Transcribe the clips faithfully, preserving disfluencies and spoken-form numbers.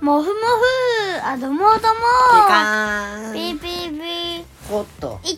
もふもふあどもどもピカーンピーピーピーおっと痛い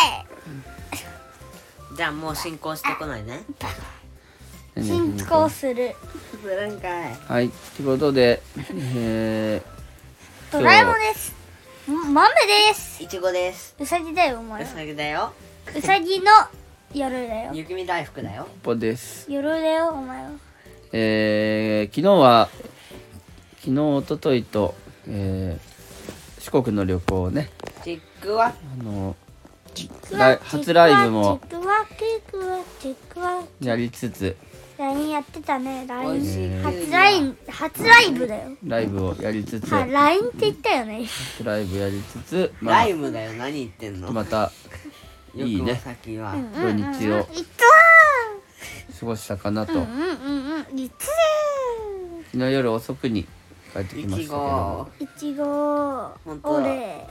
じゃあもう進行してこないね進行するするんかいはいということで、えー、 ドラえもんです豆ですいちごですうさぎだよお前うさぎだようさぎの夜だよ雪見大福だよポポです夜だよお前はえー、昨日は昨日おとといと、えー、四国の旅行をねチックはあのライ初ライブもチクワチクワチクワやりつつライン やってたね ライ美味しいン 初ライン初ライブだよライブをやりつつあ ライン って言ったよね初ライブやりつつ、まあライ、ムだよ何言ってんのまたいいね先は土日をいった過ごしたかなと、 ーうんうんうんうんいった昨日夜遅くに帰ってきましたけども、 ーいちご本当だオレ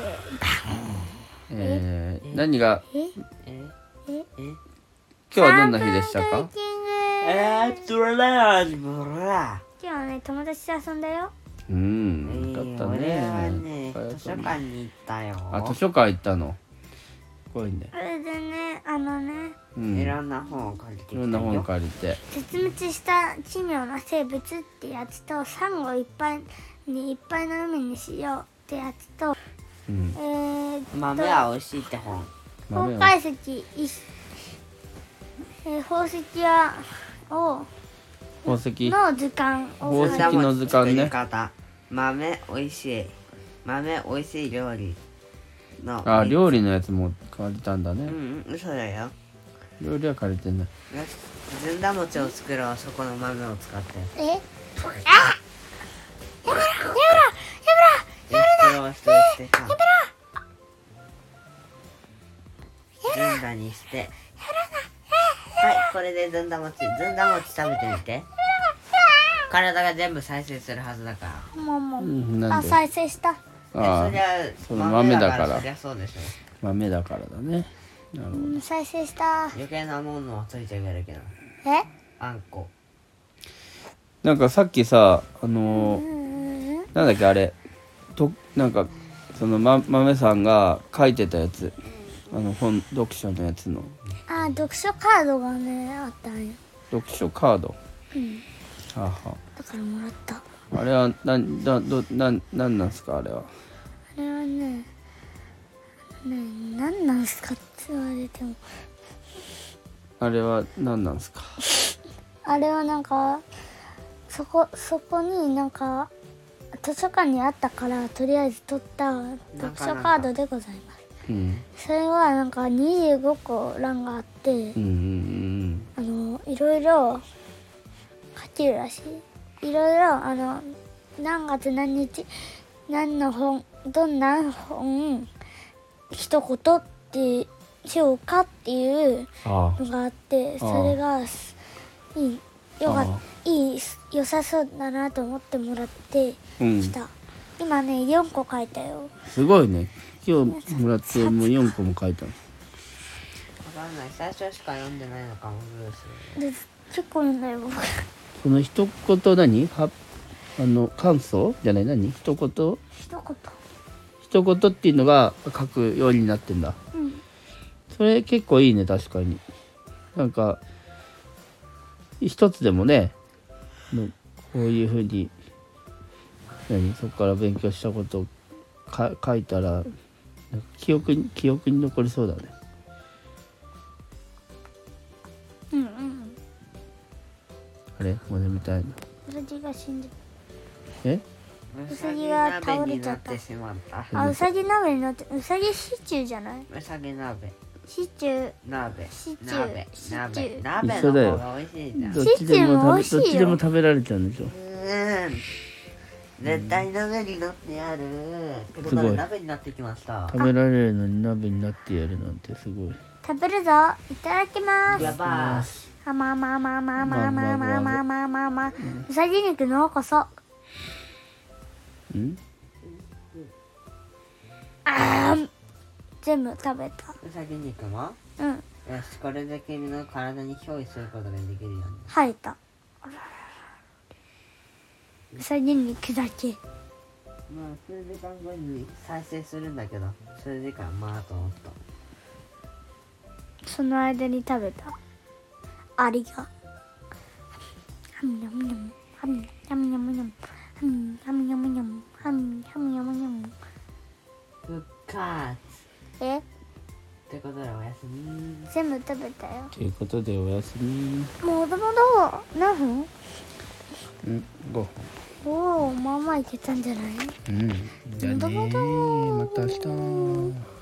えー、何がええええ今日はどんな日でしたかサンプルクッキングえー、ドラーブラ今日はね友達と遊んだようーんよかった俺はねね図書館に行ったよあ図書館行ったのすごいねそれでねあのねうんいいろんな本を借りてきたよろんな本借りて絶滅した奇妙な生物ってやつとサンゴいっぱいにいっぱいの海にしようってやつとうんえーっと豆は美味しいって本崩豆は壊石いしえー宝石はを宝石の図鑑を宝石の図鑑ね作り方豆美味しい豆美味しい料理のあ料理のやつも借りたんだうねん嘘だよよ料理は借りてないしずんだ餅を作ろうそこの豆を使ってえあそれをしてしてさずんだにしてはいこれでずんだ餅ずんだ餅食べてみて体が全部再生するはずだからもうもう、 うんなんであ再生したあえそりゃその豆だからそりゃそうでしょ豆だからだねなるほどうん再生した余計なものはついてくるけどえあんこなんかさっきさあのーうんなんだっけあれとなんかそのま豆さんが書いてたやつあの本読書のやつのあ読書カードがねあったんよ読書カードうんはあはだからもらったああれはなんだどなんなんなんすかあれはあれはねね何なんすかって言われてもあれはなんなんすかあれはなんかそこそこになんか図書館にあったからとりあえず取った読書カードでございますうんそれはなんかにじゅうごこ欄があってうんうんあのいろいろ書けるらしいいろいろあの何月何日何の本どんな本一言ってしようかっていうあのがあってそれがすいいよかっあいい良さそうだなと思ってもらってうんきた、今ねよんこ書いたよすごいね今日もらってもうよんこも書いたのわかんない最初しか読んでないのかもブルースで結構なんだよ僕その一言何はあの感想じゃない何一言一言一言っていうのが書くようになってんだうんそれ結構いいね確かになんか一つでもねのこういうふうに何そこから勉強したことをか書いたらなんか記憶に記憶に残りそうだねうんうんあれもう眠たいなうさぎが死んでえうさぎが倒れちゃったうさぎ鍋になってしまったあうさぎ鍋になってうさぎシチューじゃないうさぎ鍋シチュー鍋シチュー鍋シチュー鍋鍋の方が美味しいじゃんうどっちでも食べどっちでもシチューも美味しいよ食べられちゃうんでしょーん絶対鍋になってやるということすごいで鍋になってきました食べられるのに鍋になってやるなんてすごい食べるぞいただきますやばーあまあまあまあまあまあまあまあまあまあまあまあうさぎ肉のこそんあー全部食べたうさぎ肉もうんよしこれで君の体に憑依することができるように吐いたさんじにくだけ。 まあ数時間後に再生するんだけど、数時間まあと思った。 その間に食べたアリがハムニャムニャムハムニャムニャムニャムハムハムニャムニャムハムハムニャムニャム。 復活えってことでおやすみ。 全部食べたよ。 ということでおやすみ。 もともと何分？ うんごおお、まあまあいけたんじゃない？ うんじゃあねーまた明日。